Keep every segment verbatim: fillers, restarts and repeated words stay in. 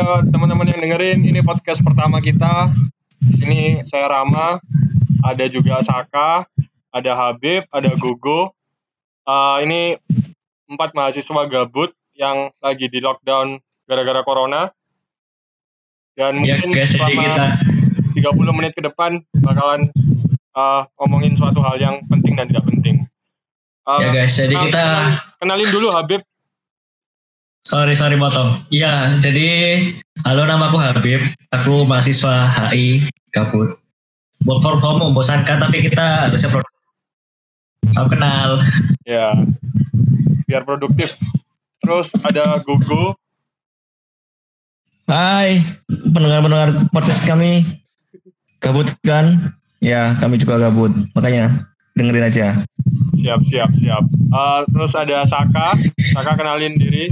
Halo teman-teman yang dengerin, ini podcast pertama kita. Di sini saya Rama, ada juga Saka, ada Habib, ada Gogo. Uh, ini empat mahasiswa gabut yang lagi di lockdown gara-gara corona. Dan Ya, mungkin guys, selama kita. tiga puluh menit ke depan bakalan uh, ngomongin suatu hal yang penting dan tidak penting. Uh, Ya guys, jadi kenal, kita kenalin, kenalin dulu Habib. sorry sorry potong. Iya, jadi halo, namaku Habib. Aku mahasiswa H I gabut. Work from home membosankan, tapi kita harusnya produktif. Salam kenal. Ya, biar produktif. Terus ada Gogo. Hai, pendengar-pendengar podcast kami. Gabut kan? Ya, kami juga gabut. Makanya dengerin aja. Siap, siap, siap. Uh, terus ada Saka. Saka kenalin diri.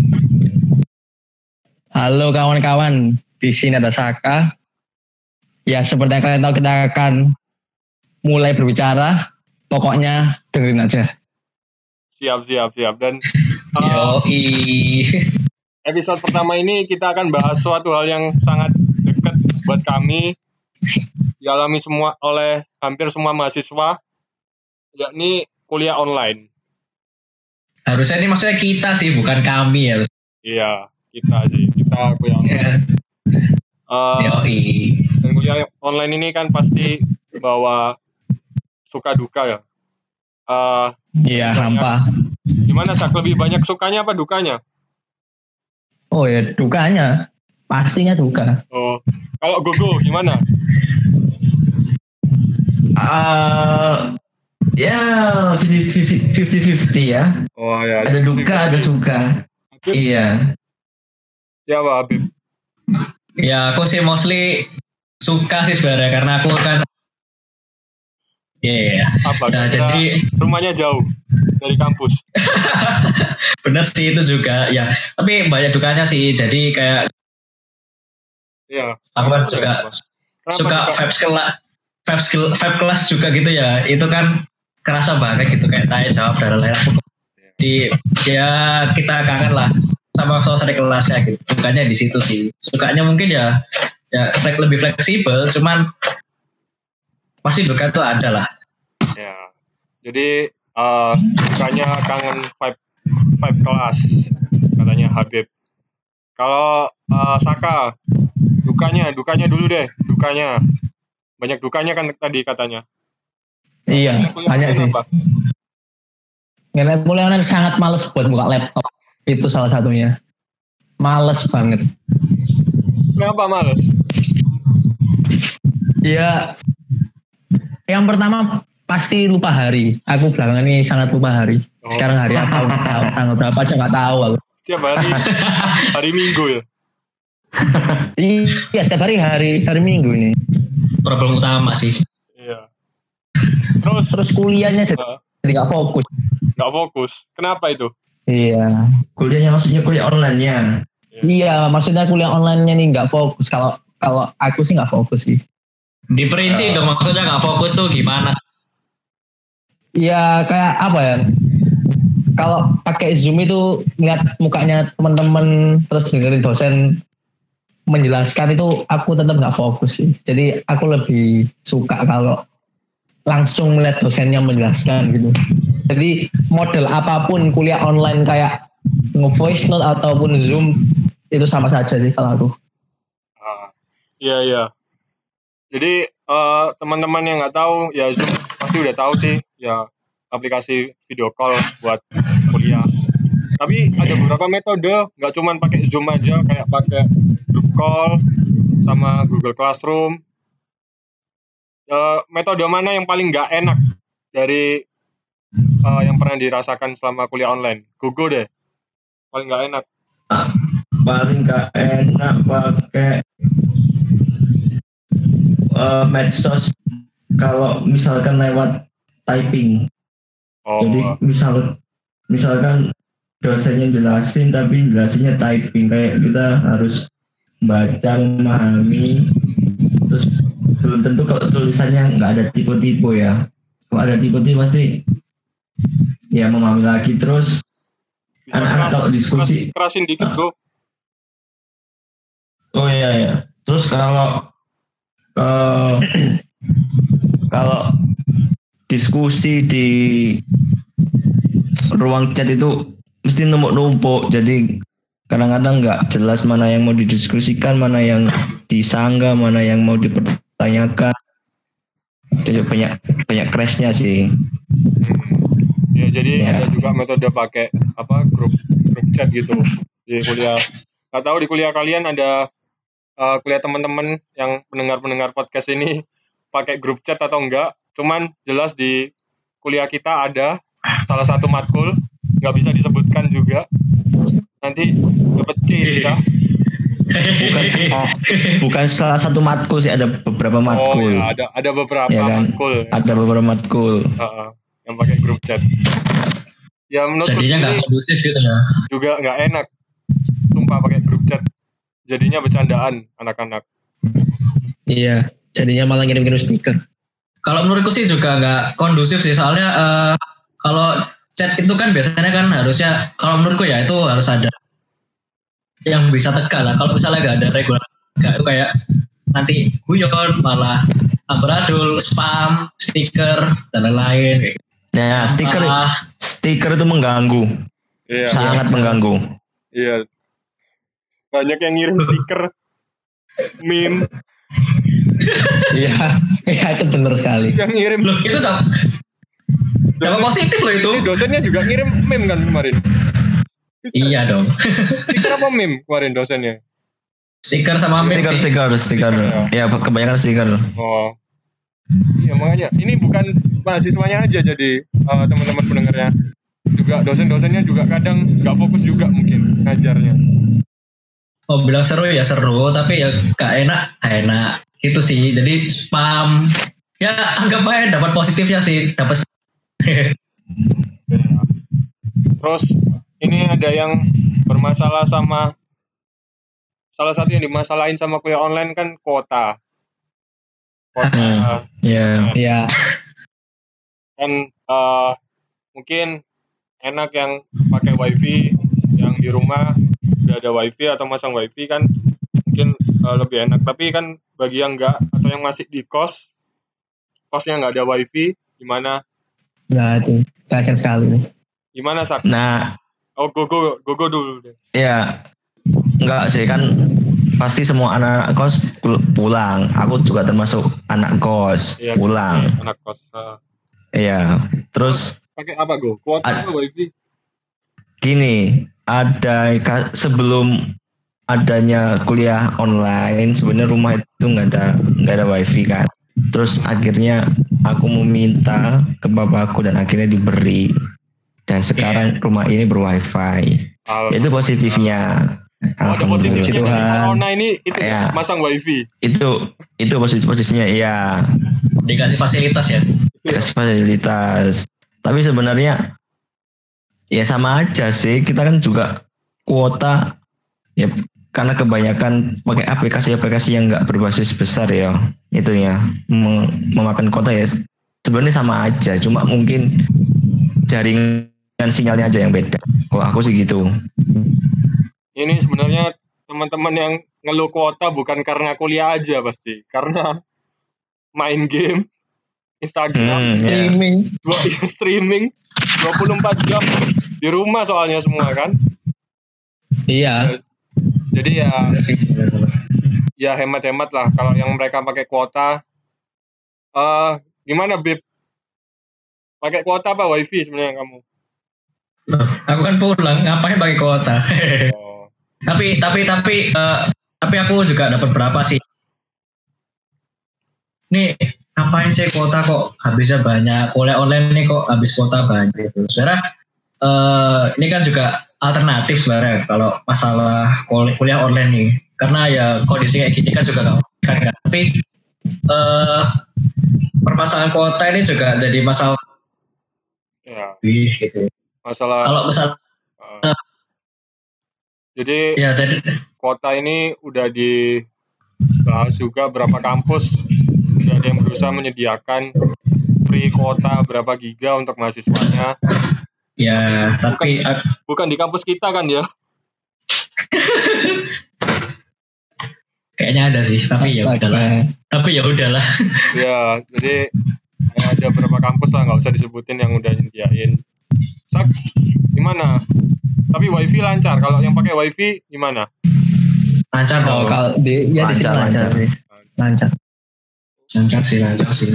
Halo kawan-kawan, di sini ada Saka. Ya, seperti yang kalian tahu, kita akan mulai berbicara. Pokoknya dengerin aja. Siap, siap, siap. Dan uh, Yoi. episode pertama ini kita akan bahas suatu hal yang sangat dekat buat kami, dialami semua oleh hampir semua mahasiswa, yakni kuliah online. Harusnya ini maksudnya kita sih, bukan kami ya. Iya, kita sih, kita kuliah online. Ya. Uh, Yoi. dan kuliah online ini kan pasti bawa suka duka ya. Uh, Iya, hampa. Gimana Sak? Lebih banyak sukanya apa dukanya? Oh ya, dukanya. Pastinya duka. Oh, kalau Gogo gimana? Uh, ya, fifty fifty ya. Oh ya. Ada duka, ada suka. Habib? Iya. Ya Pak Habib. Ya aku sih mostly suka sih sebenarnya, karena aku kan Iya, yeah. Apa? Nah, jadi rumahnya jauh dari kampus. bener sih itu juga ya. Tapi banyak dukanya sih. Jadi kayak Iya. aku kan juga Kenapa suka juga? vibes kelas, vibes vibes kelas juga gitu ya. Itu kan kerasa banget gitu, kayak tanya jawab dan lain-lain. Di ya kita kangen lah sama suasana kelasnya gitu. Dukanya di situ sih. Sukanya mungkin ya ya lebih fleksibel, cuman pasti duka itu ada lah. Ya. Jadi uh, dukanya kangen vibe vibe kelas katanya Habib. Kalau uh, Saka dukanya dukanya dulu deh, dukanya. Banyak dukanya kan tadi katanya. Iya, banyak sih. Karena kuliah online sangat males buat buka laptop. Itu salah satunya. Males banget. Kenapa males? Ya, yang pertama pasti lupa hari. Aku belakangan ini sangat lupa hari. Sekarang hari apa, tanggal berapa aja nggak tahu aku. Setiap hari hari Minggu ya. Iya, setiap hari hari hari Minggu ini. Problem utama sih. Iya. Terus Terus kuliahnya jadi uh, nggak fokus. nggak fokus. Kenapa itu? Iya. Kuliahnya maksudnya kuliah online-nya. Iya, maksudnya kuliah online-nya nih nggak fokus. Kalau kalau aku sih nggak fokus sih. Diperinci Ya. dong, maksudnya nggak fokus tuh gimana? Iya, kayak apa ya? Kalau pakai Zoom itu ngeliat mukanya teman-teman terus dengerin dosen menjelaskan itu aku tetap nggak fokus sih. Jadi aku lebih suka kalau langsung melihat dosennya menjelaskan gitu. Jadi model apapun kuliah online kayak nge-voice note ataupun Zoom itu sama saja sih kalau aku. Ah, iya iya. Jadi uh, teman-teman yang nggak tahu ya Zoom pasti udah tahu sih ya, aplikasi video call buat kuliah. Tapi ada beberapa metode, nggak cuma pakai Zoom aja, kayak pakai group call sama Google Classroom. Uh, metode mana yang paling nggak enak dari uh, yang pernah dirasakan selama kuliah online? Google deh, paling nggak enak. Paling gak enak pakai uh, medsos kalau misalkan lewat typing. Oh, Jadi misal misalkan dosennya jelasin tapi jelasinnya typing, kayak kita harus baca, memahami, terus belum tentu kalau tulisannya nggak ada tipe-tipe ya. Kalau ada tipe-tipe pasti ya memahami lagi. Terus bisa anak-anak keras, kalau diskusi keras, kerasin dikit Go. Oh iya ya. Terus kalau eh, kalau diskusi di ruang chat itu mesti numpuk-numpuk. Jadi kadang-kadang nggak jelas mana yang mau didiskusikan, mana yang disanggah, mana yang mau dipertanyakan. Jadi banyak banyak crashnya sih. Ya jadi Ya. ada juga metode pakai apa grup grup chat gitu di kuliah. Nggak tahu di kuliah kalian ada uh, kuliah teman-teman yang pendengar-pendengar podcast ini pakai grup chat atau enggak? Cuman jelas di kuliah kita ada salah satu matkul, nggak bisa disebutkan juga. Nanti dapat C kita. Bukan bukan salah satu matkul sih, ada beberapa Oh matkul. ya, ada ada beberapa Ya kan? matkul Ada beberapa matkul. uh, yang pakai grup chat. Ya menurutku Jadinya nggak sendiri kondusif gitu ya. juga nggak enak. Sumpah pakai grup chat. Jadinya bercandaan anak-anak. Iya, jadinya malah ngirim-ngirim stiker. Kalau menurutku sih juga nggak kondusif sih, soalnya eh, kalau chat itu kan biasanya kan harusnya, kalau menurutku ya itu harus ada yang bisa tegas lah. Kalau misalnya nggak ada regular, nggak itu kayak nanti guyon malah amburadul, spam, stiker dan lain-lain. Nah, stiker Ah, stiker itu mengganggu, Iya. sangat mengganggu. Iya. Banyak yang ngirim stiker, meme, Iya, iya itu benar sekali. yang ngirim. loh itu tak dampak positif loh itu. Ini dosennya juga ngirim meme kan kemarin. Iya dong. Stiker apa meme kemarin dosennya? Stiker sama meme Stiker, sih. stiker, stiker. Ya, kebanyakan stiker. Oh. Iya makanya ini bukan mahasiswanya aja jadi uh, teman-teman pendengarnya. Juga dosen-dosennya juga kadang nggak fokus juga mungkin ngajarnya. Oh bilang seru ya seru, tapi ya gak enak, gak enak gitu sih. Jadi spam, ya anggap aja dapat positifnya sih, dapat. Terus ini ada yang bermasalah sama salah satu yang dimasalahin sama kuliah online kan kuota. Kuota Hmm. Ya, Iya, kan uh, mungkin enak yang pakai wifi, yang di rumah udah ada wifi atau masang wifi kan mungkin uh, lebih enak. Tapi kan bagi yang enggak atau yang masih di kos, kosnya nggak ada wifi, gimana? nah itu kasian sekali nih. Gimana Sak? nah, Oh gogo gogo dulu deh. ya enggak sih kan pasti semua anak kos pul- pulang. Aku juga termasuk anak kos Iya, pulang. anak kos. Uh, Iya. Terus pakai apa go? Kuota Ad- apa wifi? gini, ada ka- sebelum adanya kuliah online sebenarnya rumah itu nggak ada nggak ada wifi kan. Terus akhirnya aku meminta ke bapakku dan akhirnya diberi. Dan sekarang rumah ini berwifi. Itu positifnya. Oh, ada positifnya Puji dari Tuhan. corona ini itu Ya. masang wifi. Itu itu positif posisinya iya. Dikasih fasilitas ya. Kasih fasilitas. Tapi sebenarnya ya sama aja sih. Kita kan juga kuota ya karena kebanyakan pakai aplikasi-aplikasi yang nggak berbasis besar ya. Itu ya mem- memakan kuota ya. Sebenarnya sama aja. Cuma mungkin jaringan sinyalnya aja yang beda. Kalau aku sih gitu. Ini sebenarnya teman-teman yang ngeluh kuota bukan karena kuliah aja pasti, karena main game, Instagram, Hmm, ya. Streaming. dua ya, streaming dua puluh empat jam di rumah soalnya semua kan. Iya, Jadi ya ya hemat-hemat lah kalau yang mereka pakai kuota. Eh gimana Bib? Pakai kuota apa wifi sebenarnya kamu? Loh, aku kan pulang, ngapain pakai kuota? Oh. tapi tapi tapi eh, tapi aku juga dapat berapa sih? Nih ngapain sih kuota kok habisnya banyak? Kuliah online nih kok habis kuota banyak gitu. Sebenarnya eh, ini kan juga alternatif sebenarnya kalau masalah kul- kuliah online nih. Karena ya kondisi kayak gini kan juga nggak mungkin kan. Tapi eh, permasalahan kuota ini juga jadi masalah Ya, gitu. masalah Kalau misal eh, jadi ya jadi kuota ini udah dibahas juga berapa kampus udah ada yang berusaha menyediakan free kuota berapa giga untuk mahasiswanya. ya tapi Bukan di kampus kita kan ya? Kayaknya ada sih, tapi ya Astaga. udahlah. Tapi ya udahlah. Ya, jadi eh, ada beberapa kampus lah, nggak usah disebutin yang udah nyediain. Sak, gimana? Tapi wifi lancar. Kalau yang pakai wifi gimana? Lancar Oh, dong. kalau di ya di sini Lancar, lancar. lancar. Lancar. Lancar sih, lancar sih.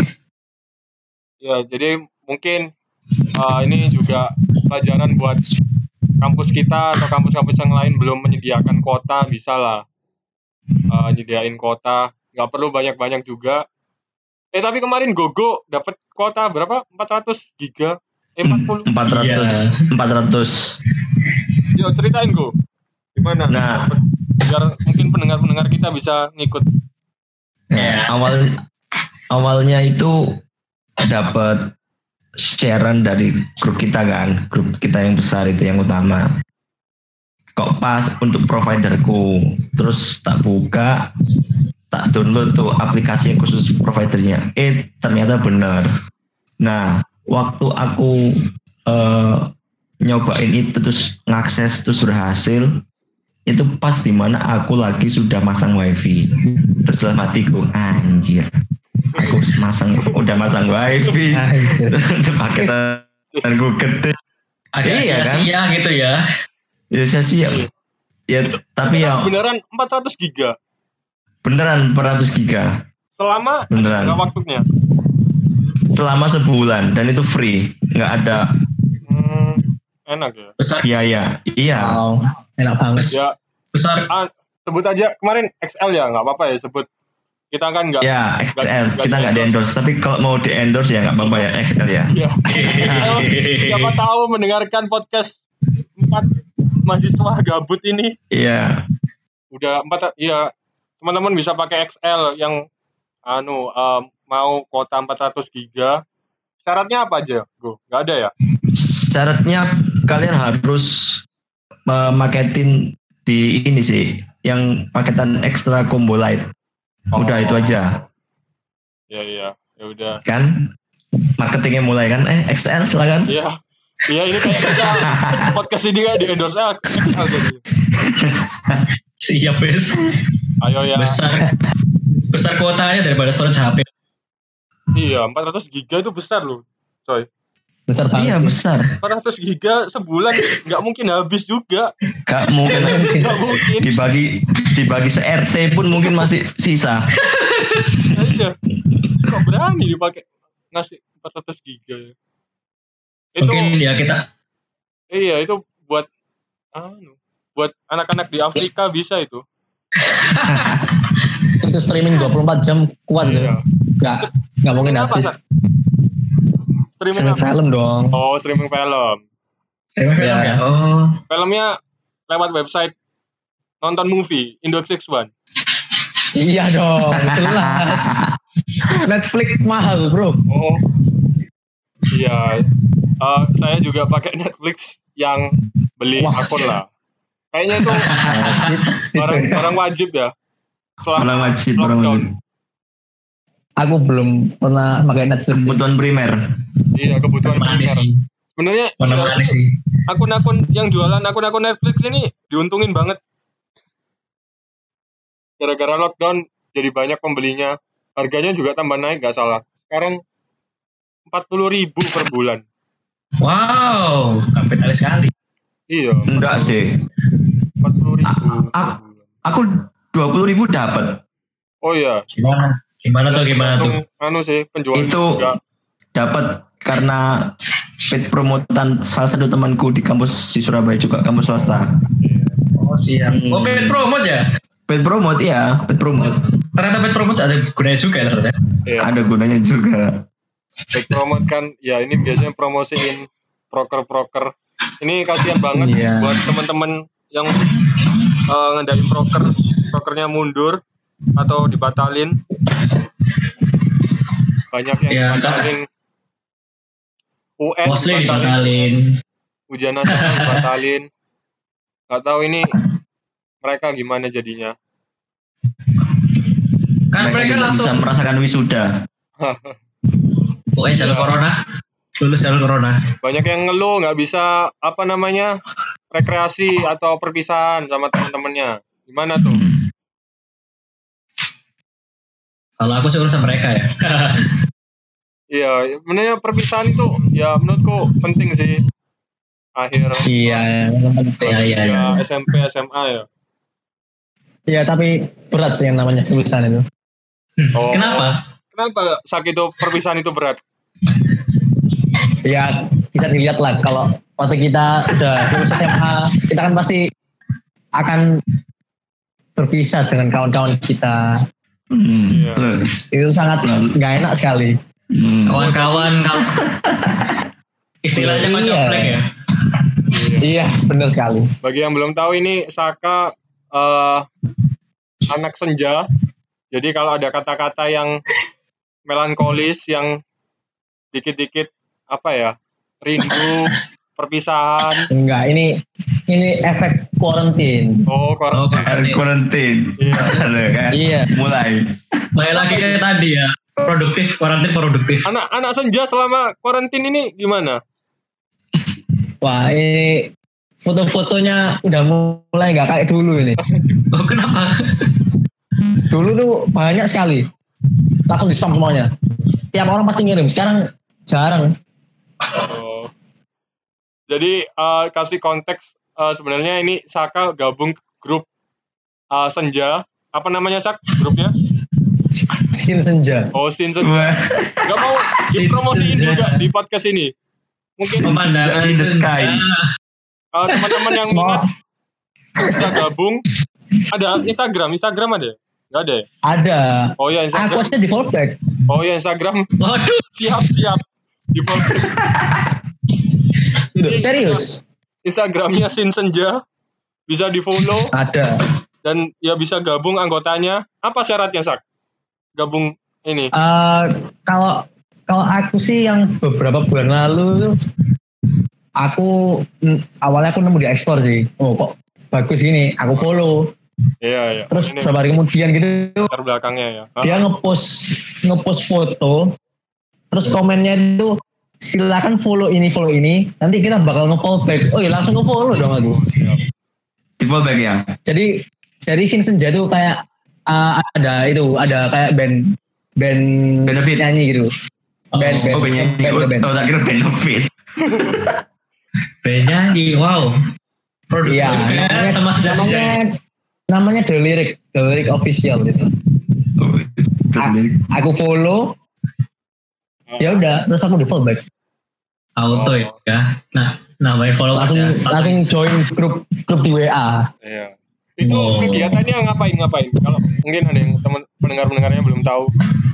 Ya, jadi mungkin eh, ini juga pelajaran buat kampus kita atau kampus-kampus yang lain belum menyediakan kuota, bisa lah eh, nyediain kuota. Nggak perlu banyak-banyak juga. Eh tapi kemarin Gogo dapat kuota berapa? empat ratus giga. Eh empat puluh. empat ratus Iya. empat ratus. Yo ceritain Go. Gimana? Nah. Dapet? Biar mungkin pendengar-pendengar kita bisa ngikut. Ya. Nah, awal awalnya itu dapat sharean dari grup kita kan, grup kita yang besar itu yang utama. Kok pas untuk providerku, terus tak buka, tak download tuh aplikasi yang khusus providernya. Eh ternyata benar. Nah waktu aku eh, nyobain itu terus ngakses terus berhasil, itu pas dimana aku lagi sudah masang wifi. Terus dalam hatiku anjir, aku masang udah masang wifi Anjir. paketan gue gede. Agak Iya, kan? sia-sia gitu ya. Ya sia-sia. Ya tapi ya Beneran empat ratus giga. beneran empat ratus giga Selama Beneran. ada waktunya. selama sebulan dan itu free, nggak ada Hmm, enak ya. Besar, biaya. Iya. Wow, enak banget. Ya, besar. ah, sebut aja kemarin X L ya, nggak apa-apa ya sebut. Kita kan nggak. Ya X L nggak- kita nggak di endorse, tapi kalau mau di endorse ya nggak apa-apa ya X L ya. Iya. Siapa tahu mendengarkan podcast empat mahasiswa gabut ini Iya. udah empat iya teman-teman bisa pakai X L yang anu em, mau kuota empat ratus giga. Syaratnya apa aja? Go, nggak ada ya? Syaratnya kalian harus memaketin di ini sih, yang paketan ekstra combo light. Udah Oh. itu aja Iya iya, ya udah. kan. Marketingnya mulai kan. Eh X L silakan. Iya. Iya ini kayak kita podcast ini nggak di endorse X L jadi. Siap wes. Ayo ya. Besar. Besar kuotanya daripada storage H P. Iya, empat ratus giga itu besar loh, coy. Besar banget. Iya besar. empat ratus giga sebulan nggak mungkin habis juga. Gak mungkin Nggak mungkin. dibagi dibagi se-R T pun mungkin masih sisa. Ya, iya. Kok berani dipakai ngasih empat ratus giga ya? Itu Mungkin ya kita. iya itu buat anu, buat anak-anak di Afrika bisa itu. Itu streaming dua puluh empat jam kuat tuh. Iya. Gak, gak mungkin Apa, habis. Sat? Streaming Streaming apa? film dong. Oh, streaming film. Film Ya. ya. Oh. Filmnya lewat website nonton movie Indo enam puluh satu. Iya dong, jelas. Netflix mahal bro. Oh. Iya. Eh, saya juga pakai Netflix yang beli Wah. akun lah. Kayaknya itu barang barang wajib ya. Selama Orang wajib, orang lockdown. wajib. Aku belum pernah pakai Netflix. Kebutuhan primer. Iya, kebutuhan Mana primer. sih? Sebenarnya Mana iya, mana sih? akun-akun yang jualan akun-akun Netflix ini diuntungin banget. Gara-gara lockdown jadi banyak pembelinya. Harganya juga tambah naik, gak salah. Sekarang empat puluh ribu per bulan. Wow, kapitalis sekali. Iya. Enggak sih. empat puluh ribu A- per a- bulan. Aku dua puluh ribu dapat. Oh iya. Gimana? Gimana tuh? Gimana tuh? Tergantung anu sih penjual Itu juga. dapat karena paid promotan salah satu temanku di kampus di Surabaya juga, kampus swasta. Oh siap. Hmm. Oh paid promote ya? Paid promote ya, paid promote. Ternyata paid promote ada gunanya juga ya ternyata. Iya. Ada gunanya juga. Baik promote kan ya ini biasanya promosiin proker-proker. Ini kasihan banget Iya. buat teman-teman yang eh, ngendain proker, prokernya mundur atau dibatalin. Banyak yang Ya, dibatalin. U N Mostly dibatalin, dibatalin. ujian nasional dibatalin. Gak tahu ini mereka gimana jadinya. Kan Mereka mereka tidak bisa langsung. merasakan wisuda. Pokoknya jalur Iya. corona. Lulus jalur corona. Banyak yang ngeluh nggak bisa apa namanya rekreasi atau perpisahan sama teman-temannya. Gimana tuh? Kalau aku sih urusan mereka ya. Iya, sebenarnya perpisahan itu ya menurutku penting sih. Akhir Iya, memang penting. Iya, iya, ya, iya. S M P, S M A ya. Iya, tapi berat sih yang namanya tulisan itu. Oh. Kenapa? Kenapa sakit itu perpisahan itu berat? Ya bisa dilihat lah kalau waktu kita udah lulus S M A, kita kan pasti akan berpisah dengan kawan-kawan kita. Hmm, Iya. betul. Itu sangat nggak enak sekali. Hmm. Kawan-kawan kalau istilahnya Iya. kocomplek ya. Iya. Iya, benar sekali. Bagi yang belum tahu ini Saka eh, anak senja. Jadi kalau ada kata-kata yang melankolis, yang dikit-dikit apa ya, rindu, perpisahan. Enggak, ini ini efek quarantine. Oh, Oh, koran. Air quarantine. Iya. Ada kan? Iya. Mulai. Balik lagi kayak tadi ya. Produktif, karantin produktif. Anak-anak senja selama karantin ini gimana? Wah, ini foto-fotonya udah mulai nggak kayak dulu ini. Oh, kenapa? Dulu tuh banyak sekali. Langsung di spam semuanya. Tiap orang pasti ngirim. Sekarang jarang. Oh. Jadi eh, kasih konteks eh, sebenarnya ini Saka gabung ke grup eh, senja. Apa namanya Sak? Grupnya? Skin senja. Oh, Sin Senja. Wah. Gak mau Sin dipromosiin Senja. juga di podcast ini. Mungkin Pemandangan in the sky. senja. eh, teman-teman yang Semua minat bisa gabung. Ada Instagram, Instagram ada? Gak ada ya? ada. Oh ya Aku Instagram. aja di fallback. Oh ya Instagram. Waduh, Siap siap. Di follow. Loh, serius? Instagramnya Sin Senja bisa di follow Ada. dan ya bisa gabung anggotanya. Apa syaratnya Sak? Gabung ini. Eh, kalau kalau aku sih yang beberapa bulan lalu aku mm, awalnya aku nemu di ekspor sih. Oh kok bagus gini, aku follow. Iya iya. Terus Ini beberapa hari kemudian gitu latar belakangnya ya. Ah, dia ngepost ngepost foto, terus komennya itu silakan follow ini follow ini, nanti kita bakal nge-follow back. Oh iya langsung nge-follow dong aku. siap. Di fallback ya. Jadi jadi Sin Senja itu kayak uh, ada itu ada kayak band band Benefit. nyanyi gitu. Band band Oh banyak. band, Oh, band. oh, tak kira benefit. penyanyi, wow. Produktif Iya, juga ya, namanya, sama namanya senja-senja. namanya The Lyric, The Lyric Official gitu. Oh, A- benefit. aku follow, ya udah, terus aku di follow back. Auto Oh. ya. Nah, namanya followers Langsung ya. langsung join grup grup di W A. Iya. Itu Oh. kegiatannya ngapain ngapain? Kalau mungkin ada yang teman pendengar-pendengarnya belum tahu.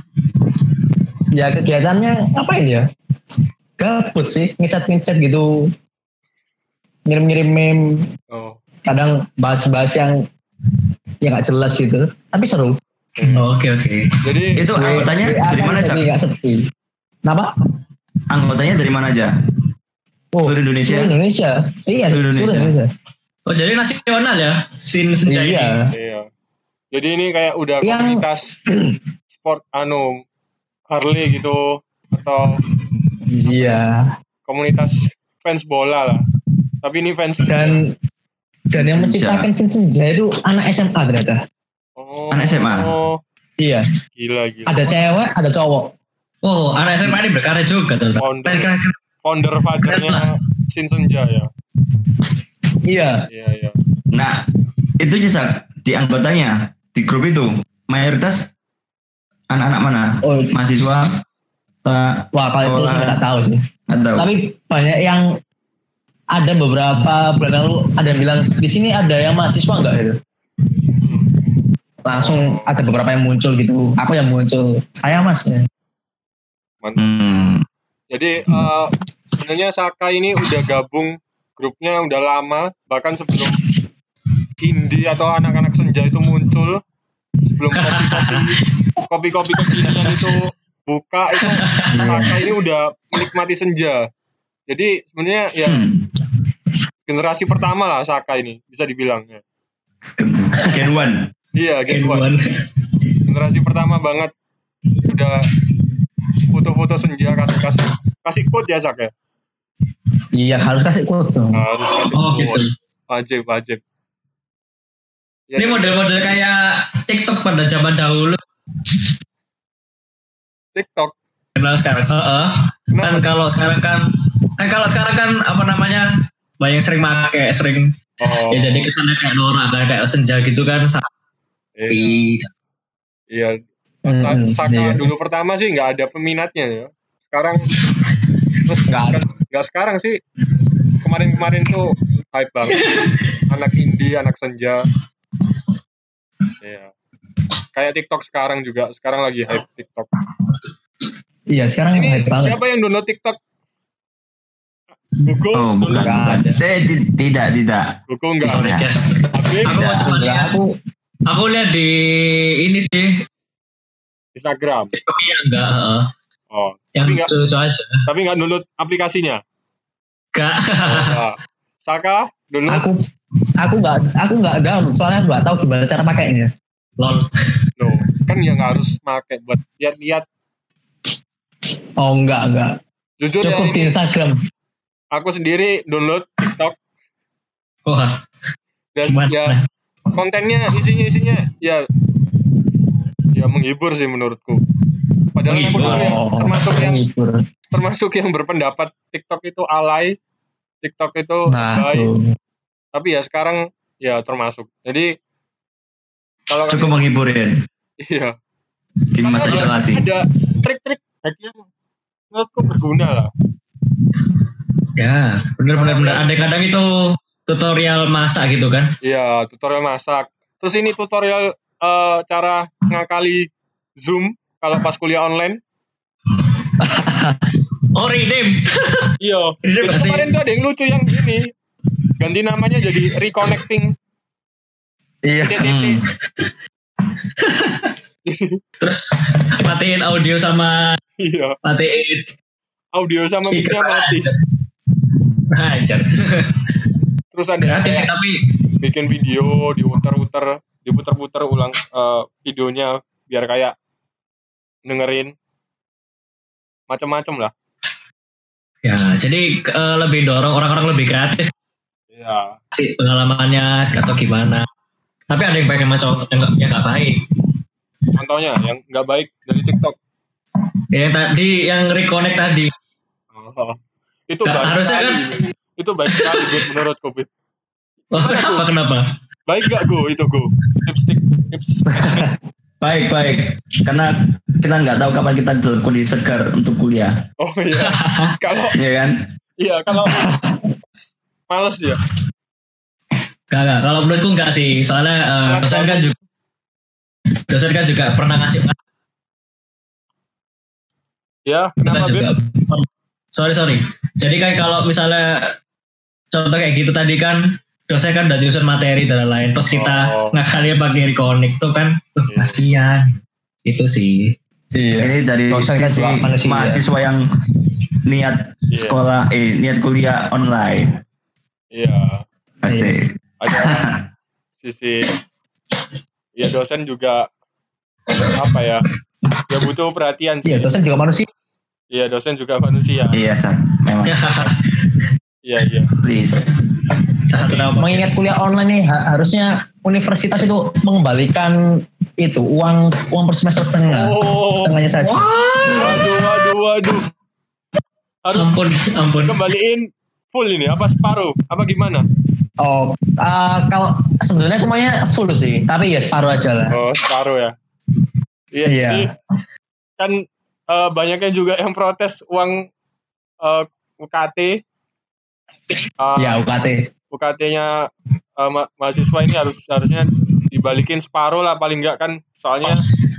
Ya kegiatannya ngapain ya? Gabut sih, ngecat-ngecat gitu, ngirim-ngirim meme, Oh. kadang bahas-bahas yang ya nggak jelas gitu, tapi seru. Oh, Oke oke. Jadi Itu anggotanya W A dari kan mana jadi Sak? nggak sepi. Kenapa? Anggotanya dari mana aja? Oh, Seluruh Indonesia? Seluruh Indonesia. Iya, Seluruh seluruh Indonesia. Indonesia. Oh jadi nasional ya, Sin Senja ini. Iya. iya. Jadi ini kayak udah Yang- komunitas sport anu Harley gitu atau Iya. komunitas fans bola lah. Tapi ini fans Dan dan yang Senja. menciptakan Sin Senja itu anak S M A ternyata. oh, Anak S M A? Oh, Iya. gila gila. Ada cewek, ada cowok. Oh anak S M A ini berkarya juga ternyata. Founder. Keren, keren, keren. Founder fathernya Sin Senja ya. Iya. Iya iya. Nah, itu aja Sak, di anggotanya di grup itu mayoritas anak-anak mana? Oh, Mahasiswa? Tak wah kalau itu sih nggak tahu sih. nggak tahu. Tapi banyak yang ada beberapa bulan lalu ada yang bilang di sini ada yang mahasiswa nggak itu. Langsung ada beberapa yang muncul gitu. Aku yang muncul. Saya mas ya. Hmm. Jadi eh, sebenarnya Saka ini udah gabung grupnya udah lama, bahkan sebelum indie atau anak-anak senja itu muncul, sebelum kopi-kopi kopi-kopi kekinian itu buka, itu Saka ini udah menikmati senja. Jadi sebenarnya ya Hmm. generasi pertama lah Saka ini bisa dibilang ya. Gen one. Iya, Gen one. Kehidupan. Generasi pertama banget udah foto-foto senja kasih kasih kasih quote ya Sak ya. Iya harus kasih quotes dong. Harus kasih Oh quote. gitu. Wajib wajib. Ya, Ini model-model kayak TikTok pada zaman dahulu. TikTok. Kenal sekarang. Heeh. Kan kalau sekarang kan kan kalau sekarang kan apa namanya? Banyak sering pakai, sering Oh. ya jadi kesannya kayak Nora, kayak, kayak senja gitu kan. Iya. Iya. Sa- Hmm, Saka iya. dulu pertama sih nggak ada peminatnya ya. Sekarang terus Nggak ada. nggak sekarang sih. Kemarin-kemarin tuh hype banget. Anak indie, anak senja. Iya. Kayak TikTok sekarang juga. Sekarang lagi hype TikTok. Iya sekarang Ini hype banget. siapa yang download TikTok? Gugu? Oh bukan, Nggak bukan. ada. Eh, ti- tidak, tidak. Gugu enggak. Sorry. Yes. Habib Aku mau cuma Enggak, lihat. aku Aku lihat di ini sih. Instagram. TikToknya enggak. heeh. Oh. Yang Tapi nggak, lucu aja. tapi nggak download aplikasinya. Enggak. Oh, enggak. Saka download. aku aku nggak aku nggak download soalnya nggak tahu gimana cara pakainya. Lol. No. Kan ya nggak harus pakai buat lihat-lihat. Oh enggak enggak. Jujur ya, Cukup di ini Instagram. aku sendiri download TikTok Wah. dan Gimana? ya kontennya isinya isinya ya ya menghibur sih menurutku. Padahal aku Menghibur. dulu ya Oh, termasuk yang menghibur. termasuk yang berpendapat TikTok itu alay, TikTok itu Nah, baik. tuh. Tapi ya sekarang ya termasuk. Jadi kalau Cukup menghiburin iya. di masa Soalnya isolasi. ada trik-trik hack yang menurutku berguna lah. Ya, benar-benar benar. Ada kadang itu tutorial masak gitu kan. Iya, tutorial masak. Terus ini tutorial eh, cara ngakali Zoom kalau pas kuliah online. Oh, redeem. Iya. Redeem Jadi nggak sih? kemarin tuh ada yang lucu yang ini. Ganti namanya jadi reconnecting. Iya. Titik-titik. Terus matiin audio sama Iya. matiin Audio sama mic-nya speaker mati. Hajar. Terus ada Gratis sih kayak tapi bikin video, diputer-puter, diputer-puter ulang eh, videonya biar kayak dengerin macam-macam lah. ya jadi eh, lebih dorong orang-orang lebih kreatif Iya. sih pengalamannya atau gimana. Tapi ada yang baik yang macam yang nggak yang nggak baik. Contohnya yang nggak baik dari TikTok. Yang tadi yang reconnect tadi. Oh, itu Nggak, baik harusnya sekali. kan- Itu baik sekali Bud, menurutku Bud. Oh, kenapa kenapa? Baik gak Go itu Go? Tips tik tips. Baik, baik. Karena kita nggak tahu kapan kita dalam kondisi segar untuk kuliah. Oh iya. Kalau Iya kan? iya kalau males ya. Gak, gak. Kalau menurutku enggak sih. Soalnya eh, Kenapa? dosen kan juga dosen kan juga pernah ngasih Ya, kita kenapa juga. Bud? Sorry sorry. Jadi kan kalau misalnya contoh kayak gitu tadi kan dosen kan udah nyusun materi dan lain-lain. Terus kita Oh. ngakalinya pakai reconnect tuh kan, uh, Iya. kasihan. Itu sih. Iya. Ini dari Dosen kan sisi juga manusia. mahasiswa yang niat Iya. sekolah, eh niat kuliah online. Iya. Asik. Ada sisi ya dosen juga apa ya? Ya butuh perhatian sih. Iya, dosen juga manusia. Iya, dosen juga manusia. Iya, San. Memang. Iya, iya. Please. Salah satu nama Mengingat kuliah online nih ha- harusnya universitas itu mengembalikan itu uang uang per semester setengah. Oh. Setengahnya saja. Waduh, waduh, waduh. Harus Ampun, ampun. kembaliin full ini apa separuh? Apa gimana? Oh, uh, kalau sebenarnya aku maunya full sih, tapi ya separuh aja lah. Oh, separuh ya. Iya, Iya. jadi kan eh, banyaknya juga yang protes uang eh, U K T. Eh, Ya, U K T. U K T-nya eh, ma- mahasiswa ini harus harusnya dibalikin separuh lah paling enggak kan, soalnya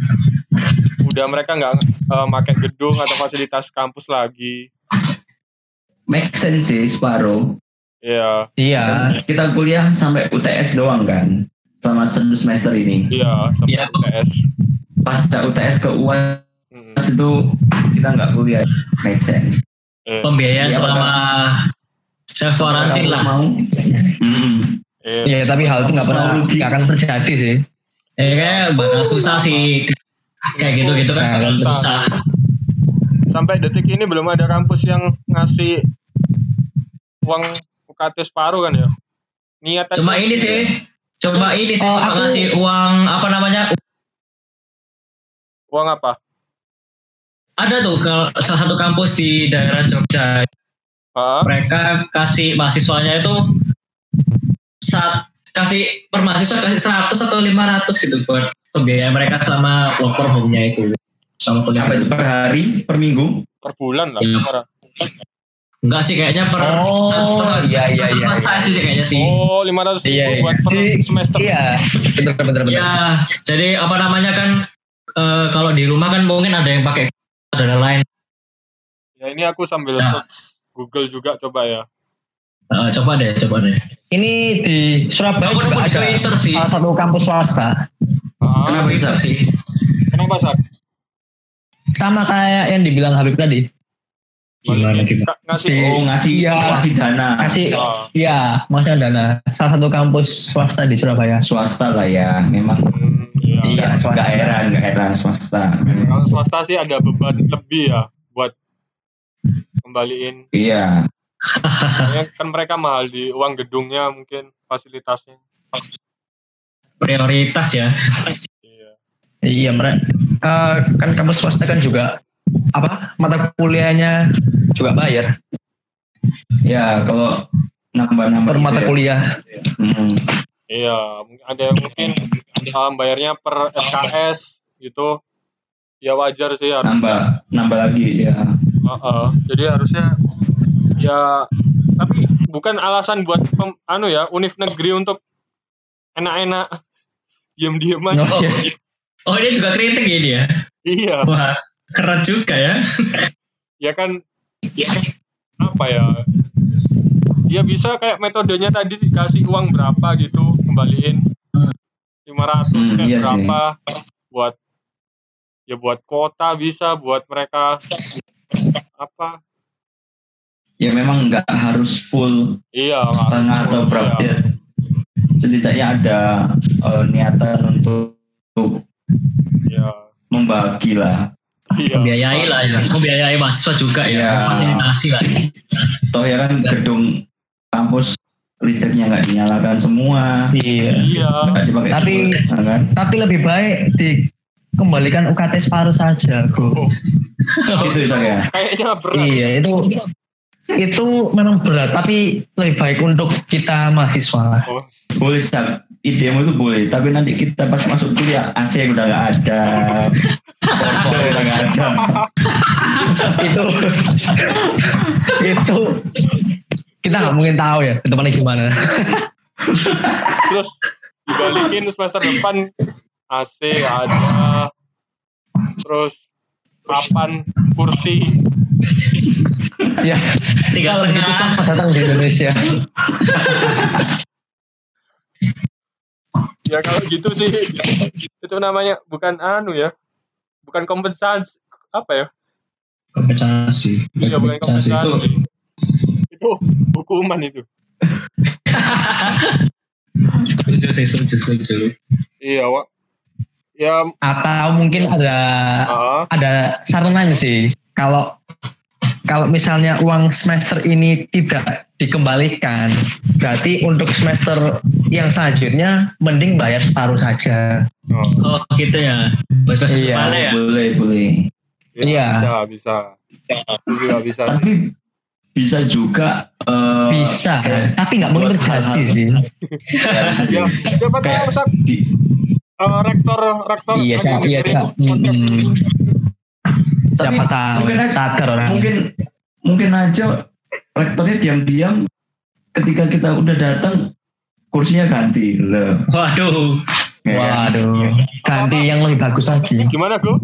udah mereka nggak eh, pakai gedung atau fasilitas kampus lagi. Make sense sih separuh. Iya, Iya. Kan kita kuliah sampai U T S doang kan. Selama satu semester ini. iya sampai Iya. U T S. Pasca U T S ke U A S Mm-mm. itu kita nggak kuliah. Make sense. Eh, Pembiayaan Iya, selama self quarantine Kalau lah. mau. Mm-mm. eh, Iya, tapi hal itu nggak pernah Rugi. nggak akan terjadi sih. Ya kayak bakal susah sih. Kayak gitu-gitu kan bakal susah. Sampai detik ini belum ada kampus yang ngasih uang U K T separuh kan ya. Niat aja. Cuma ini sih. Coba ini sih Oh, cuma aku- ngasih uang apa namanya? Uang apa? ada tuh kalau salah satu kampus di daerah Jogja, Ah, mereka kasih mahasiswanya itu saat kasih per mahasiswa kasih seratus atau lima ratus gitu buat biaya mereka selama work from home-nya itu sama kuliah. Apa itu per hari, per minggu? per bulan lah. Iya. Marah. Enggak sih kayaknya per Oh, per- iya, iya, iya, selesai iya. sih kayaknya sih. Oh, lima ratus ribu Iya, iya. buat per Di- semester. Iya, bener bener bener. Ya, jadi apa namanya kan eh, kalau di rumah kan mungkin ada yang pakai dana lain. Ya ini aku sambil Ya. search Google juga coba ya. Eh, coba deh, coba deh. Ini di Surabaya Aku juga nemu di ada Twitter sih. salah satu kampus swasta. Ah, Kenapa bisa? sih? Kenapa Sak? Sama kayak yang dibilang Habib tadi. Gimana gimana? Ka- ngasih Di- Oh, ngasih Iya. ngasih dana. Kasih, Ah. ya, masih dana. Salah satu kampus swasta di Surabaya. Swasta lah ya, memang. Hmm, iya. Iya, Nggak- swasta. nggak heran, nggak heran swasta. Kalau swasta sih ada beban lebih ya buat kembaliin. Iya, Soalnya kan mereka mahal di uang gedungnya mungkin fasilitasnya. Prioritas ya. Iya. Iya, mereka kan kampus swasta kan juga apa mata kuliahnya juga bayar ya kalau nambah-nambah per gitu mata ya. kuliah. Hmm. Iya, mungkin ada yang mungkin um, bayarnya per S K S gitu. Ya wajar sih harus. nambah nambah lagi ya. Heeh. Jadi harusnya ya tapi bukan alasan buat pem, anu ya univ negeri untuk enak-enak diam-diam aja. Oh, iya. Oh, ini juga kritik ya dia. Iya, Wah, keren juga ya. ya kan ya, apa ya? Ya bisa kayak metodenya tadi dikasih uang berapa gitu, kembaliin lima ratus Hmm, kayak iya sih. berapa buat ya buat kota bisa buat mereka apa? Ya memang nggak harus full Iya, setengah harus atau full, berapa ya. ya. Setidaknya ada eh, niatan untuk, untuk Ya, membagi lah. iya. Membiayai lah ya. Membiayai mahasiswa juga ya. Iya. Fasilitasi lah. Toh ya kan gedung kampus listriknya nggak dinyalakan semua, Iya. Iya. nggak dipakai Tapi- full, ya kan? Tapi lebih baik dikembalikan U K T separuh saja, bro. Gitu saya. Kayaknya berat. Iya, itu itu memang berat, tapi lebih baik untuk kita mahasiswa. Oh, Boleh Sab. Idemu itu boleh, tapi nanti kita pas masuk kuliah A C udah nggak ada, kompor udah nggak ada. itu itu kita nggak mungkin tahu ya ke depannya gimana. terus dibalikin semester depan A C ada, terus papan kursi Ya, Tiga kalau gitu setengah. selamat datang di Indonesia. ya kalau gitu sih itu namanya bukan anu ya bukan kompensasi apa ya Kompensasi. iya bukan Kompensasi. kompensasi itu hukuman itu Setuju sih, setuju, setuju. iya Wak. ya Atau mungkin ada ah, ada sarannya sih. Kalau kalau misalnya uang semester ini tidak dikembalikan, berarti untuk semester yang selanjutnya mending bayar separuh saja. oh, Oh gitu ya. Buat Iya. iya. ya. Boleh boleh. ya, Iya. bisa bisa itu juga bisa Tapi bisa juga eh, Bisa, kayak tapi nggak mungkin buat terjadi hal-hal- sih. ya siapa kayak tahu sak di- eh, rektor rektor Iya, lagi sa- iya, dengerin sa- podcast mm, ini. tapi Siapa tahu mungkin aja- sadar orang. mungkin mungkin aja rektornya diam-diam ketika kita udah datang kursinya ganti loh. Waduh. Ya kan? Waduh, ganti yang lebih bagus lagi. gimana Go?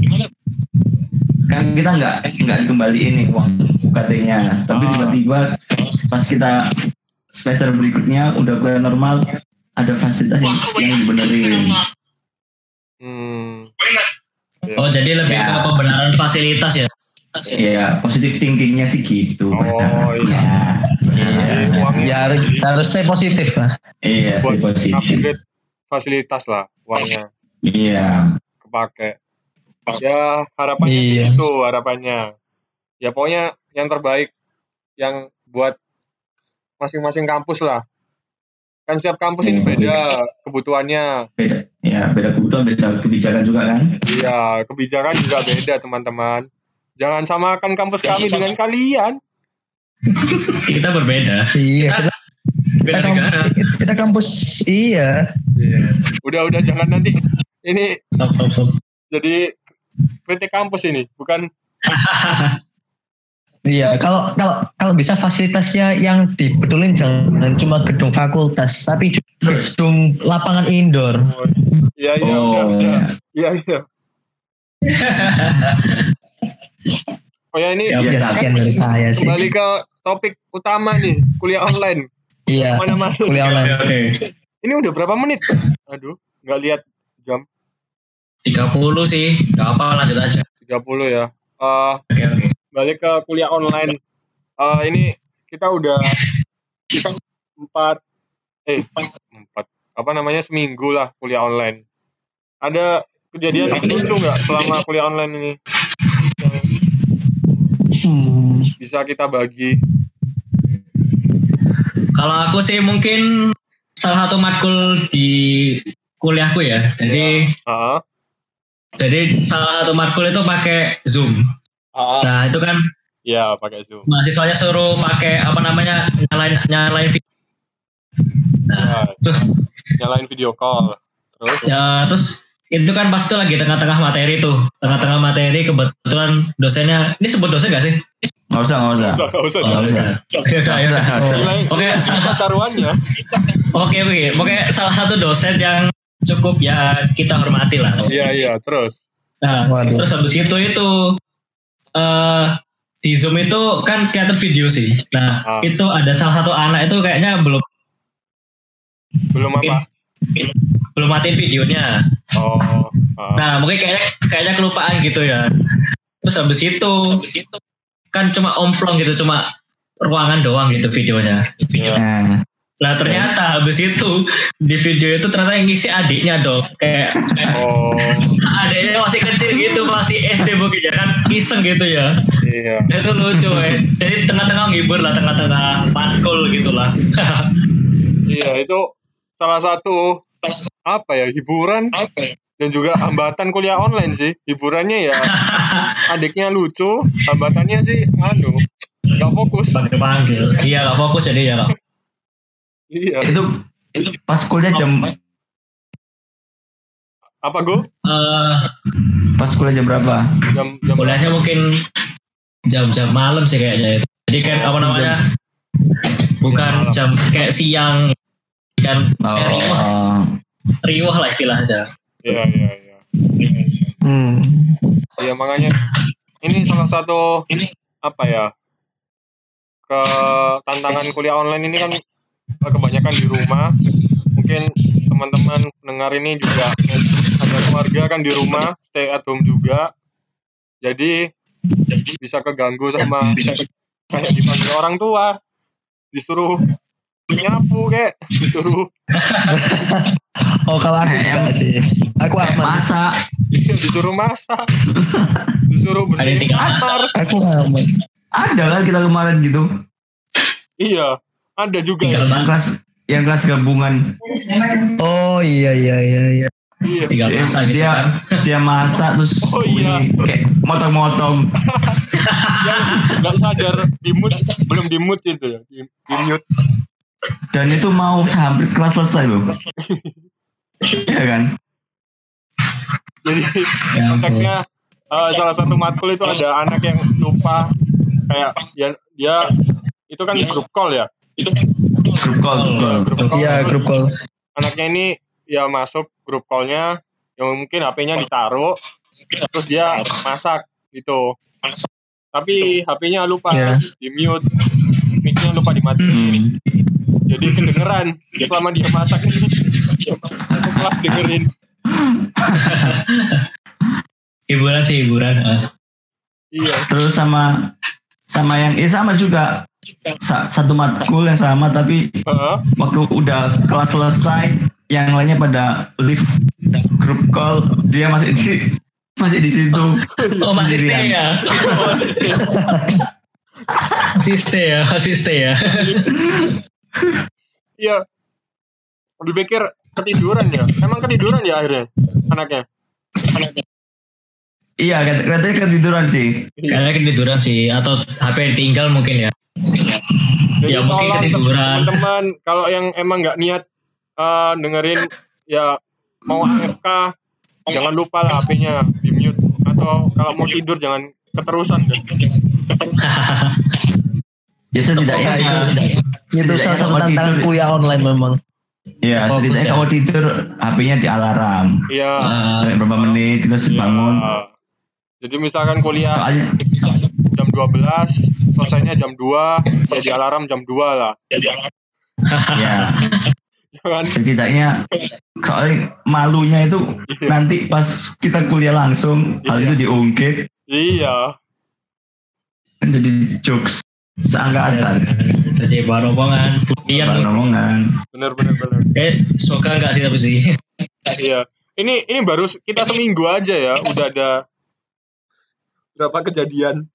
Kan kita nggak nggak dikembaliin nih uang U K T-nya, tapi Ah. tiba-tiba pas kita semester berikutnya udah kuliah normal ada fasilitas yang, yang dibenerin. hmm Oh jadi lebih Ya. ke pembenaran fasilitas ya. Ya positif thinkingnya sih gitu. Oh, berharapnya. Jadi uangnya Ya harus, harus stay positif lah. Iya sih buat positif. upgrade fasilitas lah uangnya Iya. kepake ya harapannya sih Iya. itu harapannya ya pokoknya yang terbaik yang buat masing-masing kampus lah kan setiap kampus ini Iya. beda kebutuhannya Beda. Ya beda kebutuhan beda kebijakan juga kan. iya kebijakan juga beda teman-teman Jangan samakan kampus kami dengan kalian. Kita berbeda. Iya, Kita, kita, beda kita, negara. kampus, kita kampus iya. Udah udah jangan nanti ini Stop stop stop. jadi kritik kampus ini, bukan. Iya, kalau kalau kalau bisa fasilitasnya yang dibetulin jangan cuma gedung fakultas, tapi juga Terus? gedung lapangan indoor. Iya iya Oh, udah udah. iya. Iya iya. Oh ya ini Siap. Ya, sekian dari saya sih. kembali ke topik utama nih, kuliah online. Iya, Mana masuk? kuliah Oke online. oke. Ini udah berapa menit? Aduh, nggak lihat jam. tiga puluh sih. Enggak apa, lanjut aja. tiga puluh ya. Eh Oke oke. balik ke kuliah online. Eh ini kita udah kita empat eh empat apa namanya seminggu lah kuliah online. Ada kejadian lucu nggak selama kuliah online ini yang Hmm. bisa kita bagi? Kalau aku sih mungkin salah satu matkul di kuliahku ya. Jadi Ah, jadi salah satu matkul itu pakai Zoom. ah, Nah, itu kan ya pakai Zoom. mahasiswanya suruh pakai apa namanya? nyalain nyalain video. Nah, Ya, terus nyalain video call. Terus ya terus itu kan pas itu lagi tengah-tengah materi tuh. Tengah-tengah materi kebetulan dosennya, ini sebut dosen gak sih? Nggak usah, nggak usah. nggak usah Oh, nggak usah. enggak. Oke, oke, ayo. Nggak usah. Nilai Oke, nilai taruhannya. Oke, oke. Oke, salah satu dosen yang cukup ya kita hormati lah. Iya iya terus. Nah, Waduh. terus habis itu itu eh di Zoom itu kan kelihatan video sih. Nah, Ah. itu ada salah satu anak itu kayaknya belum Belum apa? belum matiin videonya. Oh. ah. Nah, mungkin kayaknya kayaknya kelupaan gitu ya. Terus habis itu kan cuma omplong gitu, cuma ruangan doang gitu videonya. Nah, Nah, ternyata habis itu di video itu ternyata yang ngisi adiknya dong. Kayak, kayak Oh. adiknya masih kecil gitu, masih S D mungkin ya kan, iseng gitu ya. Iya. Nah, itu lucu ya. Jadi tengah-tengah ngibur lah, tengah-tengah matkul gitu lah. Iya itu salah satu apa ya hiburan dan juga hambatan kuliah online sih. Hiburannya ya adiknya lucu, hambatannya sih anu nggak fokus. Panggil-panggil. Iya, gak fokus jadi ya. Gak. Iya. itu pas kuliah jam Apa Go? Eh, pas kuliah jam berapa? Jam jam kuliahnya mungkin jam-jam malam sih kayaknya itu. Jadi kan apa namanya? Bukan jam kayak siang kan kayak riwah, Oh, riwah lah istilahnya. Iya iya iya. Hmm. Iya makanya ini salah satu ini apa ya ke tantangan kuliah online ini kan kebanyakan di rumah. Mungkin teman-teman pendengar ini juga ada keluarga kan di rumah, stay at home juga. Jadi bisa keganggu sama bisa kayak dipanggil orang tua, disuruh nyapu kayak disuruh Oh, kalau aku Kayak enggak sih. Aku kayak aman. masak. disuruh masak, disuruh Ada yang bersihin tinggal kamar. Aku aman. Ada kan kita kemarin gitu. Iya, ada juga ya. Tinggal Yang masak. kelas yang kelas gabungan. Oh iya iya iya iya. Iya. Tinggal Dia, masak gitu dia, kan. dia masak terus Oh, iya. bunyi kayak motong-motong. Yang nggak sadar di mute belum di mute itu ya, di, di mute. Dan itu mau hampir kelas selesai loh. Iya kan? Jadi Ya ampun. konteksnya eh, salah satu matkul itu ada anak yang lupa kayak dia, dia itu kan grup call ya. Itu Grup call, grup call. grup call. Iya, Terus grup call. Anaknya ini ya masuk grup call-nya yang mungkin H P-nya ditaruh terus dia masak gitu. Tapi H P-nya lupa Iya. di mute, mic-nya lupa dimatiin. Hmm. Jadi kedengeran selama dia masak ini. Satu kelas dengerin. Hiburan sih hiburan. eh. Iya. Terus sama sama yang eh sama juga Sa- satu matkul yang sama tapi Heeh. waktu udah kelas selesai yang lainnya pada live grup call dia masih di masih di situ Oh masih stay ya. Masih stay ya, masih stay ya. Iya. Dipikir ketiduran ya. Emang ketiduran ya akhirnya anaknya. Iya, katanya ketiduran sih. Kayaknya ketiduran sih, atau H P tinggal mungkin ya. Jadi Ya, mungkin tolong ketiduran. teman-teman kalau yang emang nggak niat uh, dengerin ya mau A F K jangan lupa lah H P-nya di mute, atau kalau mau tidur jangan keterusan deh. Ya setidaknya Fokus ya. itu Itu salah satu tantangan kuliah online memang. Iya, Fokus setidaknya ya. kalau tidur H P-nya di alarm. Iya. Ah, Sampai berapa menit terus Iya. bangun. Jadi misalkan kuliah Soalnya jam dua belas, selesainya jam dua, ya di alarm jam dua lah. ya Jangan setidaknya soalnya malunya itu Iya. nanti pas kita kuliah langsung hal Iya. itu diungkit iya. kan jadi jokes seangkatan. Jadi bahan omongan. Iya, Bahan omongan. Bener bener bener. eh semoga enggak sih tapi sih. Iya. Ini ini baru kita seminggu aja ya udah ada berapa kejadian.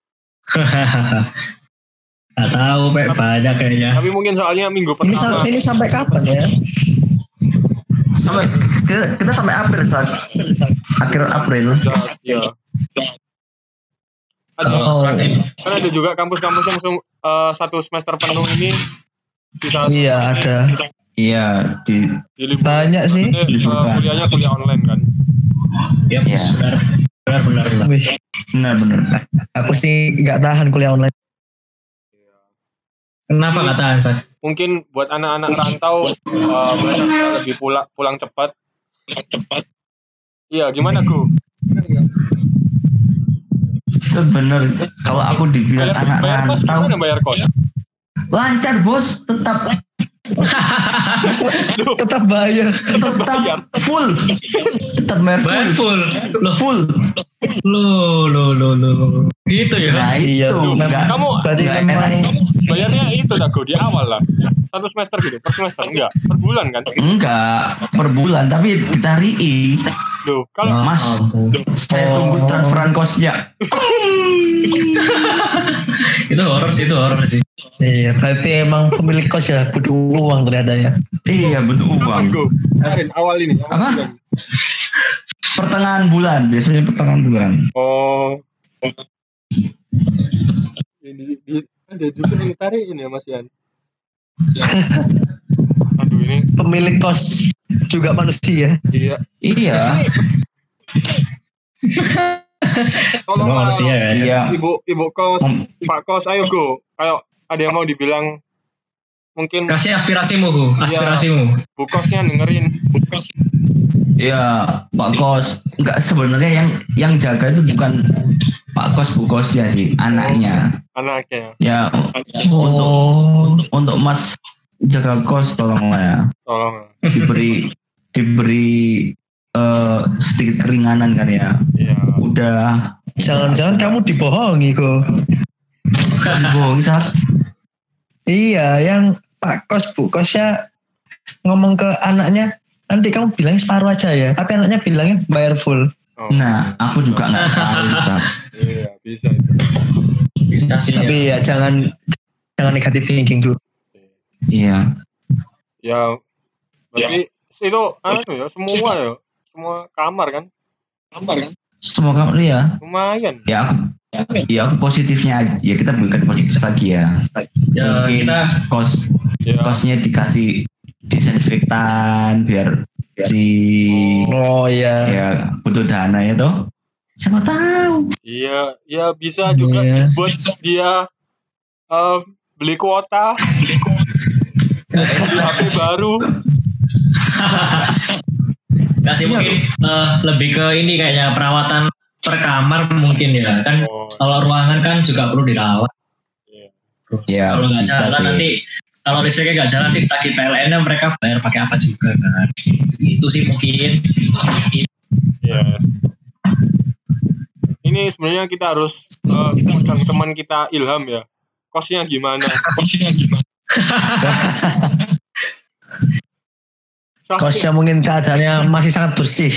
Nggak tahu, Pak, banyak kayaknya. Tapi mungkin soalnya minggu Ini pertama. sampai ini sampai kapan ya? Sampai kita, kita sampai April saat akhir April. Iya. Ada, Kalau Oh. sekarang ini, kan ada juga kampus-kampus yang sem- eh, satu semester penuh ini sisa Iya, ada. Iya di di libur. Banyak sih. Maksudnya, eh, Liburkan. kuliahnya kuliah online kan. ya Iya. benar, benar, benar, benar. Wih, benar-benar. aku sih nggak tahan kuliah online. Kenapa nggak tahan, San? Mungkin buat anak-anak rantau eh, mereka bisa lebih pulang pulang cepat. Cepat. Iya, gimana Gu? Sebenarnya kalau aku dibilang Bayar, anak bayar kos rantau gimana bayar kos? lancar bos, tetap Tetap bayar. tetap bayar. full, tetap bayar Bayar full, full. Loh, full. lo, lo, lo, lo. Gitu ya? Nah Iya, itu memang. enggak, Kamu Berarti enggak memang enaknya. bayarnya itu dah Gu, di awal lah. Satu semester gitu, per semester enggak, per bulan kan? Enggak per bulan tapi ditarii. Loh, kalau Mas, ampun. saya Oh. tunggu transferan kosnya. Itu horor sih, itu horor sih. iya, berarti emang pemilik kos ya butuh uang ternyata ya. Iya butuh kapan uang. Gu? Kemarin awal ini. awal Apa? bulan. Pertengahan bulan, biasanya pertengahan bulan. Oh. Ini di, ada juga yang tarik ini ya Mas Yan. Aduh ini Pemilik kos juga manusia. iya. Iya, Tolong Semua lah, manusia ya. iya. Ibu ibu kos, Om, Pak kos, ayo Go. Ayo ada yang mau dibilang mungkin Kasih aspirasimu, Gu. Aspirasimu. Bu kosnya dengerin. Bu kos. Iya, Pak Kos. Enggak, sebenarnya yang yang jaga itu bukan Pak Kos, Bu Kosnya sih, anaknya. Anaknya. Ya, Oh, untuk Mas jaga kos tolonglah ya. Tolong. Diberi diberi eh, sedikit keringanan kan ya. Iya. Udah jangan-jangan kamu dibohongi kok. dibohongi saat Iya, yang Pak Kos Bu Kosnya ngomong ke anaknya, nanti kamu bilangnya separuh aja ya. Tapi anaknya bilangnya bayar full. Oh. nah, aku juga nggak tahu Sat. Iya, bisa itu. Bisa sih. Ya. Tapi ya jangan jangan negatif thinking dulu. Iya. Ya berarti itu anu ya, semua ya. Semua kamar kan? Kamar kan? Semua kamu ya. Lumayan. Ya aku ya aku positifnya aja. Ya kita bukan positif lagi ya. Ya, Mungkin kita kos Ya. kosnya dikasih disinfektan biar si Oh iya. ya butuh dana ya toh. Siapa tahu. Iya, ya bisa juga Iya. buat dia eh, beli kuota, beli H P baru. kasih mungkin eh, lebih ke ini kayaknya perawatan per kamar mungkin ya kan. Oh, Kalau ruangan kan juga perlu dirawat. iya. Terus Ya, kalau nggak bisa jalan sih. nanti kalau listriknya nggak jalan ditagih P L N-nya mereka bayar pakai apa juga kan. Itu sih mungkin. Iya. Ini sebenarnya kita harus eh, undang teman kita Ilham ya. Kosnya gimana? Kosnya gimana? Kosnya mungkin keadaannya masih sangat bersih.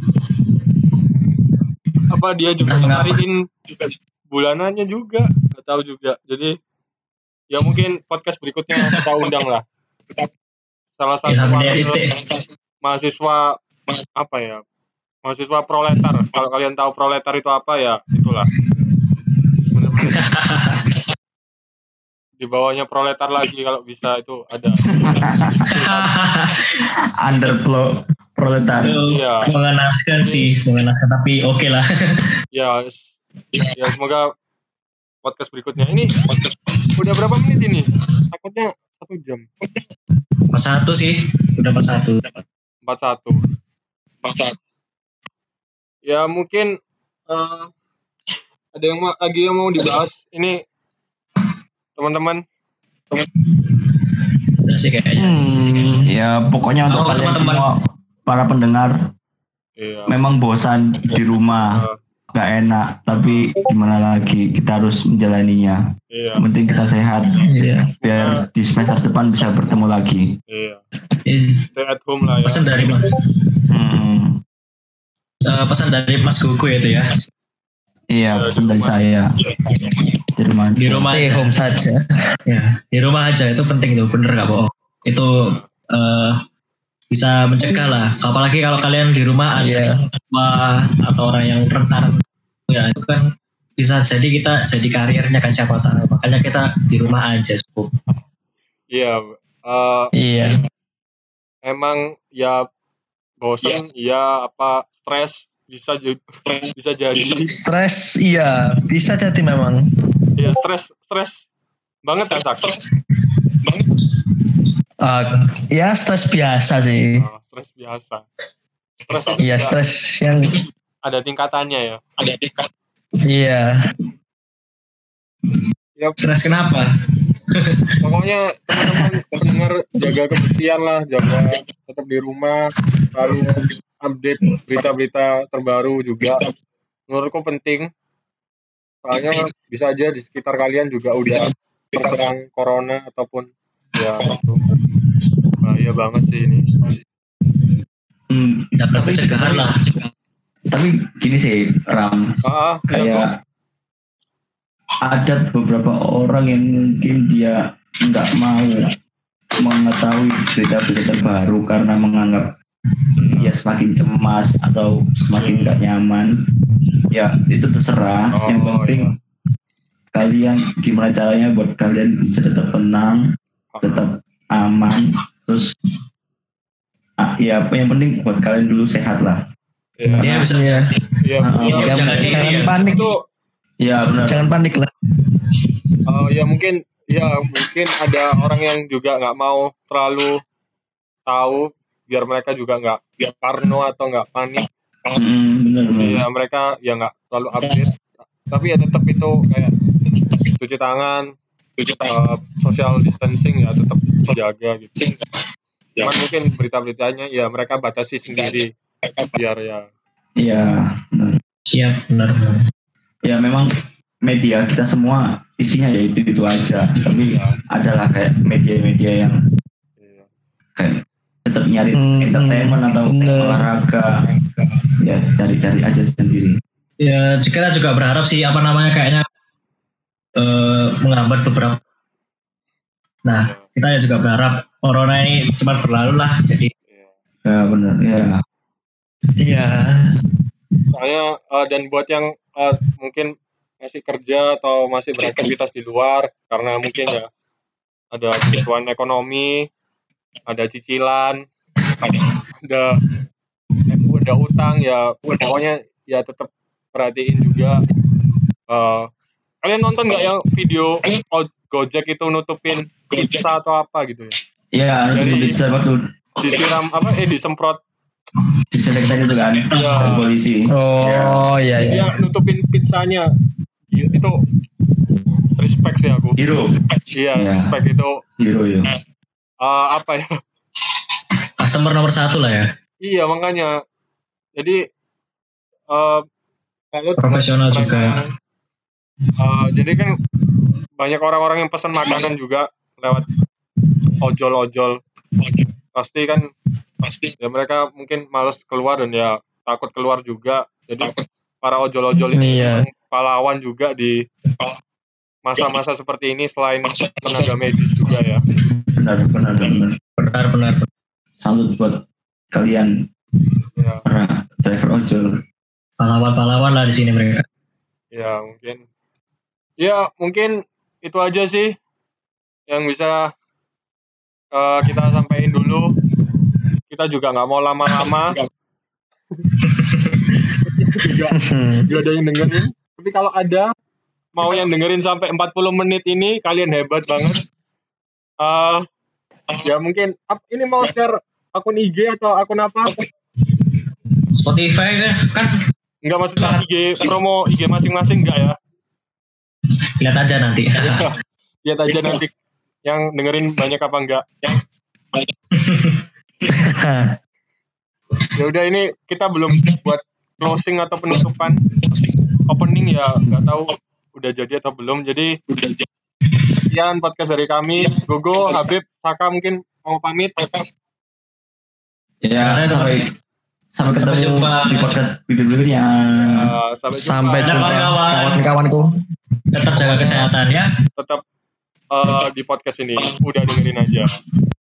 Apa dia juga Entah mengapa. nyariin bulanannya juga? Gak tahu juga. Jadi ya mungkin podcast berikutnya kita undang lah. Salah satu Ilham wakil Isti- mahasiswa apa ya? mahasiswa proletar. Kalau kalian tahu proletar itu apa ya, itulah. Sebenarnya di bawahnya proletar lagi kalau bisa itu ada. Underflow proletar. Itu Iya. mengenaskan sih, mengenaskan tapi oke lah. Ya, s- ya semoga podcast berikutnya ini podcast udah berapa menit ini? Takutnya satu jam. Pas satu sih, udah pas satu. empat satu. empat satu. Ya mungkin eh, ada yang ma- lagi yang mau dibahas ini teman-teman. Udah sih kayaknya. Hmm. Ya pokoknya untuk Oh, kalian teman-teman. semua para pendengar Iya. memang bosan di rumah, Eh, nggak enak, tapi gimana lagi kita harus menjalaninya. iya. Yang penting kita sehat Iya. biar di semester depan bisa bertemu lagi. Iya. Eh, Stay at home lah ya. pesan dari Mas, Hmm. eh, pesan dari Mas Gugu ya itu ya. Iya, pesan dari saya. Di rumah. Di rumah Stay aja. home saja. Ya, di rumah aja itu penting itu, bener nggak bohong. Itu eh, bisa mencegah lah. Apalagi kalau kalian di rumah ada Iya. apa atau orang yang rentan, ya itu kan bisa jadi kita jadi karirnya kan siapa tahu. Makanya kita di rumah aja cukup. Iya. eh, Iya. emang ya bosan, iya apa stres bisa jadi bisa jadi. Stres, iya. Bisa jadi memang. Ya stres stres banget ya Sak. Uh, ya stres biasa sih. Oh, stres biasa. Stres Iya, juga stres yang ada tingkatannya ya. Ada tingkat. iya. Ya Stres kenapa? pokoknya teman-teman pendengar jaga kebersihan lah, jaga tetap di rumah, lalu update berita-berita terbaru juga. Menurutku penting. Soalnya bisa aja di sekitar kalian juga udah terserang corona ataupun ya itu. Bahaya banget sih ini. Hmm, Dapat tapi, pencegahan lah. tapi gini sih, Ram, Ah, kayak ada beberapa orang yang mungkin dia nggak mau mengetahui berita-berita terbaru karena menganggap dia semakin cemas atau semakin nggak nyaman. Ya itu terserah. Oh, Yang penting iya. kalian gimana caranya buat kalian bisa tetap tenang, tetap aman, terus ah, ya apa yang penting buat kalian dulu sehat lah. Iya. Dia bisa Iya. Iya. Ah, iya. Yang- Jangan, jangan- jangan iya. panik. Itu Ya benar. Jangan panik lah. eh, ya mungkin ya mungkin ada orang yang juga nggak mau terlalu tahu biar mereka juga nggak nggak parno atau nggak panik. Hmm, benar benar. Ya mereka ya nggak terlalu update. Tapi ya tetap itu kayak cuci tangan, cuci tangan, social distancing ya tetap jaga gitu. Cuman mungkin berita-beritanya ya mereka batasi sendiri biar ya. Iya. benar. Siap, benar. Ya memang media kita semua isinya ya itu itu aja. Tapi adalah kayak media-media yang Iya. kayak tetap nyari Hmm, entertainment atau bener. olahraga. Ya cari-cari aja sendiri. Ya, kita juga berharap sih apa namanya kayaknya eh, menghambat beberapa. Nah, kita ya juga berharap corona ini cepat berlalu lah. Jadi Ya benar. Ya. Iya. Soalnya eh, dan buat yang eh, mungkin masih kerja atau masih beraktivitas di luar karena mungkin ya ada kebutuhan ekonomi, ada cicilan, ada ada utang ya pokoknya ya tetap perhatiin juga. Eh, kalian nonton nggak yang video Go- Gojek itu nutupin pizza atau apa gitu ya? Ya itu Dari- bisa waktu Disiram apa? Eh disemprot disinfektan itu kan Iya. dari polisi. Oh iya iya. dia nutupin pizzanya. Gila, itu respect sih aku. Hero. Iya, Iya. respect itu Hero ya. eh, apa ya? customer nomor satu lah ya. Iya makanya. Jadi eh kalau Profesional mereka- juga. eh, jadi kan banyak orang-orang yang pesan makanan juga lewat ojol-ojol. Pasti kan pasti ya mereka mungkin males keluar dan ya takut keluar juga. Jadi para ojol-ojol ini Iya. memang pahlawan juga di masa-masa seperti ini selain tenaga medis juga ya. Benar benar benar. Benar-benar. Salut buat kalian Ya. para driver ojol. Pahlawan-pahlawan lah di sini mereka. Ya mungkin. Ya mungkin itu aja sih yang bisa uh, kita sampaikan dulu. Kita juga nggak mau lama-lama. juga nggak ada yang dengerin. Tapi kalau ada mau yang dengerin sampai empat puluh menit ini, kalian hebat banget. Uh, ya mungkin ini mau share akun I G atau akun apa? Spotify kan? Enggak, maksudnya I G, promo I G masing-masing enggak ya? Lihat aja nanti. Lihat aja nanti yang dengerin banyak apa enggak. Ya udah, ini kita belum buat closing atau penutupan. Opening ya nggak tahu udah jadi atau belum. Jadi sekian podcast dari kami. Gogo, Habib, Saka mungkin mau pamit. Ya, sampai sampai ketemu Sampai jumpa. di podcast video berikutnya. Uh, sampai jumpa. Sampai jumpa kawan-kawanku. Tetap jaga kesehatan ya. Tetap uh, di podcast ini udah dengerin aja.